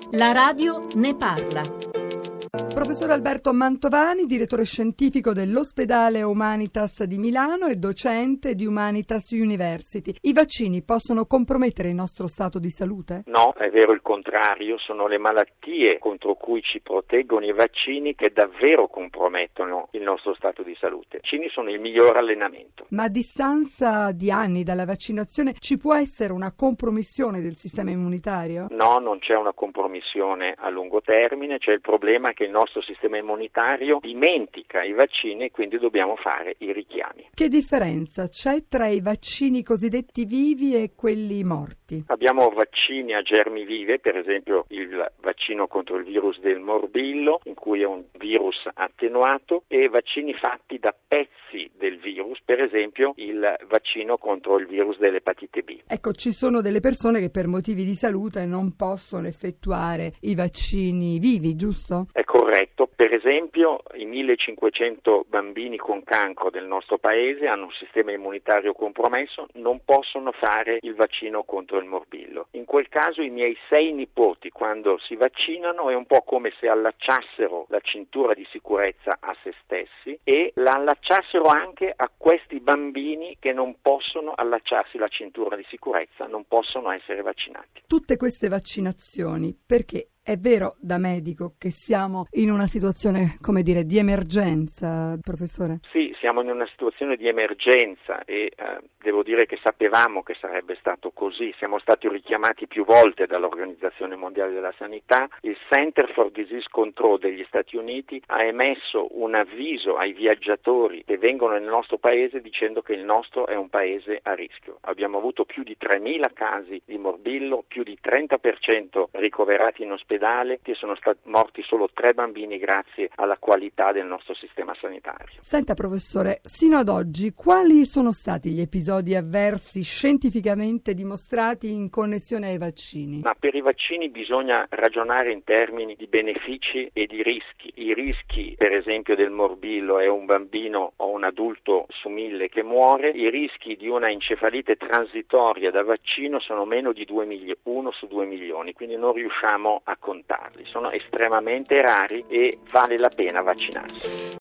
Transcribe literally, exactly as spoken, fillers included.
La radio ne parla. Professor Alberto Mantovani, direttore scientifico dell'Ospedale Humanitas di Milano e docente di Humanitas University. I vaccini possono compromettere il nostro stato di salute? No, è vero il contrario, sono le malattie contro cui ci proteggono i vaccini che davvero compromettono il nostro stato di salute. I vaccini sono il miglior allenamento. Ma a distanza di anni dalla vaccinazione ci può essere una compromissione del sistema immunitario? No, non c'è una compromissione a lungo termine, c'è il problema che il nostro sistema immunitario dimentica i vaccini e quindi dobbiamo fare i richiami. Che differenza c'è tra i vaccini cosiddetti vivi e quelli morti? Abbiamo vaccini a germi vive, per esempio il vaccino contro il virus del morbillo, in cui è un virus attenuato, e vaccini fatti da pezzi del virus, per esempio il vaccino contro il virus dell'epatite B. Ecco, ci sono delle persone che per motivi di salute non possono effettuare i vaccini vivi, giusto? È corretto, per esempio i millecinquecento bambini con cancro del nostro paese hanno un sistema immunitario compromesso, non possono fare il vaccino contro il morbillo. In quel caso i miei sei nipoti, quando si vaccinano, è un po' come se allacciassero la cintura di sicurezza a se stessi e la allacciassero anche a questi bambini che non possono allacciarsi la cintura di sicurezza, non possono essere vaccinati. Tutte queste vaccinazioni, perché è vero da medico che siamo in una situazione, come dire, di emergenza, professore? Sì, siamo in una situazione di emergenza e eh, devo dire che sapevamo che sarebbe stato così. Siamo stati richiamati più volte dall'Organizzazione Mondiale della Sanità. Il Center for Disease Control degli Stati Uniti ha emesso un avviso ai viaggiatori che vengono nel nostro paese dicendo che il nostro è un paese a rischio. Abbiamo avuto più di tremila casi di morbillo, più di trenta per cento ricoverati in ospedale, che sono stati morti solo tre bambini grazie alla qualità del nostro sistema sanitario. Senta professore, sino ad oggi quali sono stati gli episodi avversi scientificamente dimostrati in connessione ai vaccini? Ma per i vaccini bisogna ragionare in termini di benefici e di rischi. I rischi, per esempio, del morbillo è un bambino o un adulto su mille che muore. I rischi di una encefalite transitoria da vaccino sono meno di due milioni, uno su due milioni, quindi non riusciamo a contarli. Sono estremamente rari e vale la pena vaccinarsi.